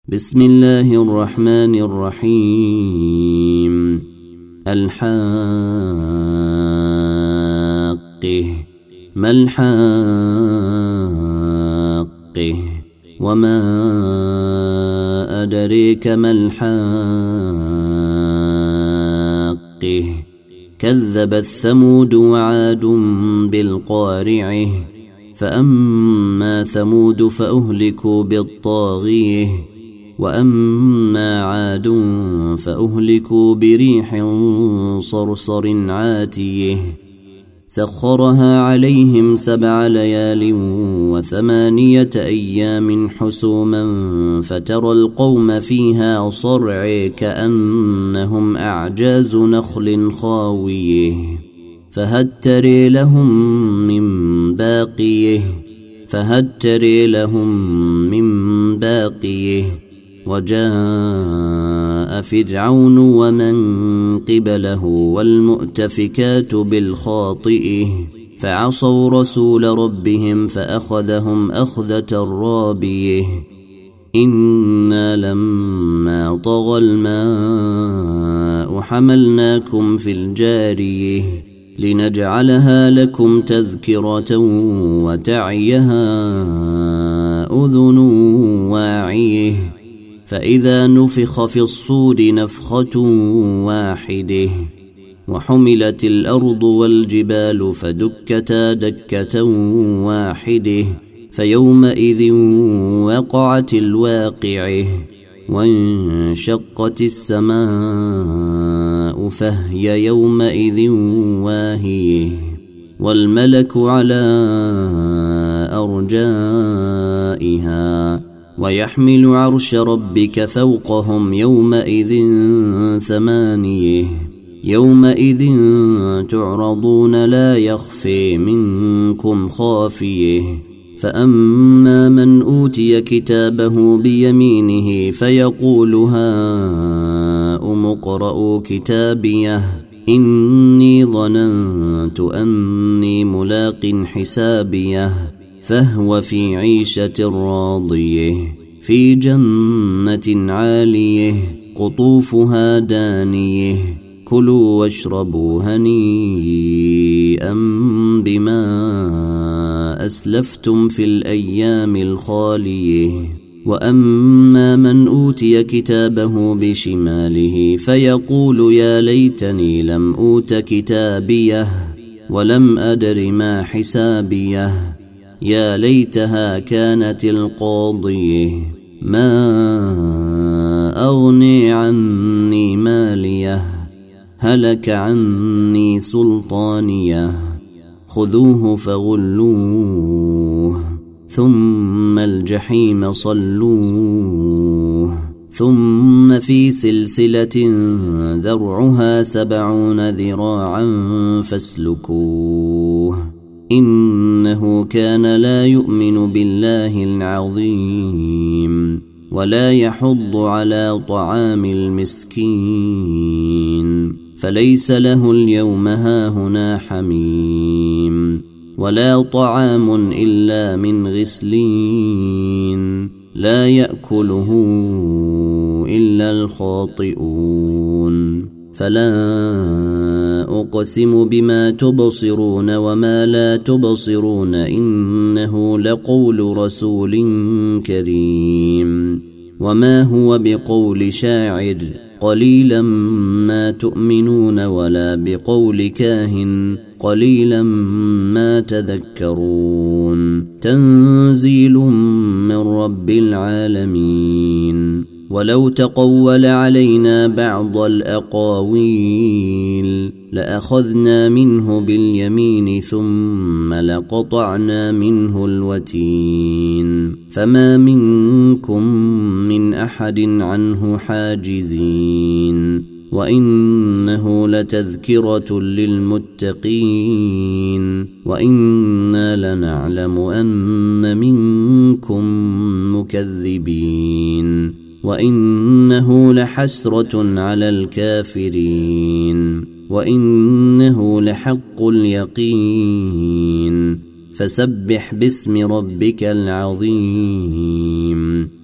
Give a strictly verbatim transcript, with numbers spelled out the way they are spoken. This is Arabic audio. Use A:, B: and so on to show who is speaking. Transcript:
A: بسم الله الرحمن الرحيم. الحاقة ما الحاقة وما أدريك ما الحاقة كذبت ثمود وعاد بالقارعة فأما ثمود فأهلكوا بالطاغية وأما عاد فأهلكوا بريح صرصر عاتيه سخرها عليهم سبع ليال وثمانية أيام حسوما فترى القوم فيها صرعى كأنهم أعجاز نخل خاويه فهل ترى لهم من باقيه فهل ترى لهم من باقيه وجاء فرعون ومن قبله والمؤتفكات بالخاطئه فعصوا رسول ربهم فأخذهم أخذة رابيه إنا لما طغى الماء حملناكم في الجاريه لنجعلها لكم تذكرة وتعيها أذن واعيه فإذا نفخ في الصور نفخة واحدة وحملت الأرض والجبال فدكتا دكة واحدة فيومئذ وقعت الواقعة وانشقت السماء فهي يومئذ واهية والملك على أرجائها ويحمل عرش ربك فوقهم يومئذ ثمانية يومئذ تعرضون لا يخفي منكم خافيه فأما من أوتي كتابه بيمينه فيقول هاؤم اقرءوا كتابيه إني ظننت أني ملاق حسابيه فهو في عيشة راضية في جنة عالية قطوفها دانية كلوا واشربوا هنيئا بما أسلفتم في الأيام الخالية وأما من أوتي كتابه بشماله فيقول يا ليتني لم أوت كتابيه ولم أدر ما حسابيه يا ليتها كانت القاضية ما أغني عني ماليه هلك عني سلطانيه خذوه فغلوه ثم الجحيم صلوه ثم في سلسلة ذرعها سبعون ذراعا فاسلكوه إنه كان لا يؤمن بالله العظيم ولا يحض على طعام المسكين فليس له اليوم هاهنا حميم ولا طعام إلا من غسلين لا يأكله إلا الخاطئون فلا أقسم بما تبصرون وما لا تبصرون إنه لقول رسول كريم وما هو بقول شاعر قليلا ما تؤمنون ولا بقول كاهن قليلا ما تذكرون تنزيل من رب العالمين ولو تقول علينا بعض الأقاويل لأخذنا منه باليمين ثم لقطعنا منه الوتين فما منكم من أحد عنه حاجزين وإنه لتذكرة للمتقين وإنا لنعلم أن منكم مكذبين وإنه لحسرة على الكافرين وإنه لحق اليقين فسبح باسم ربك العظيم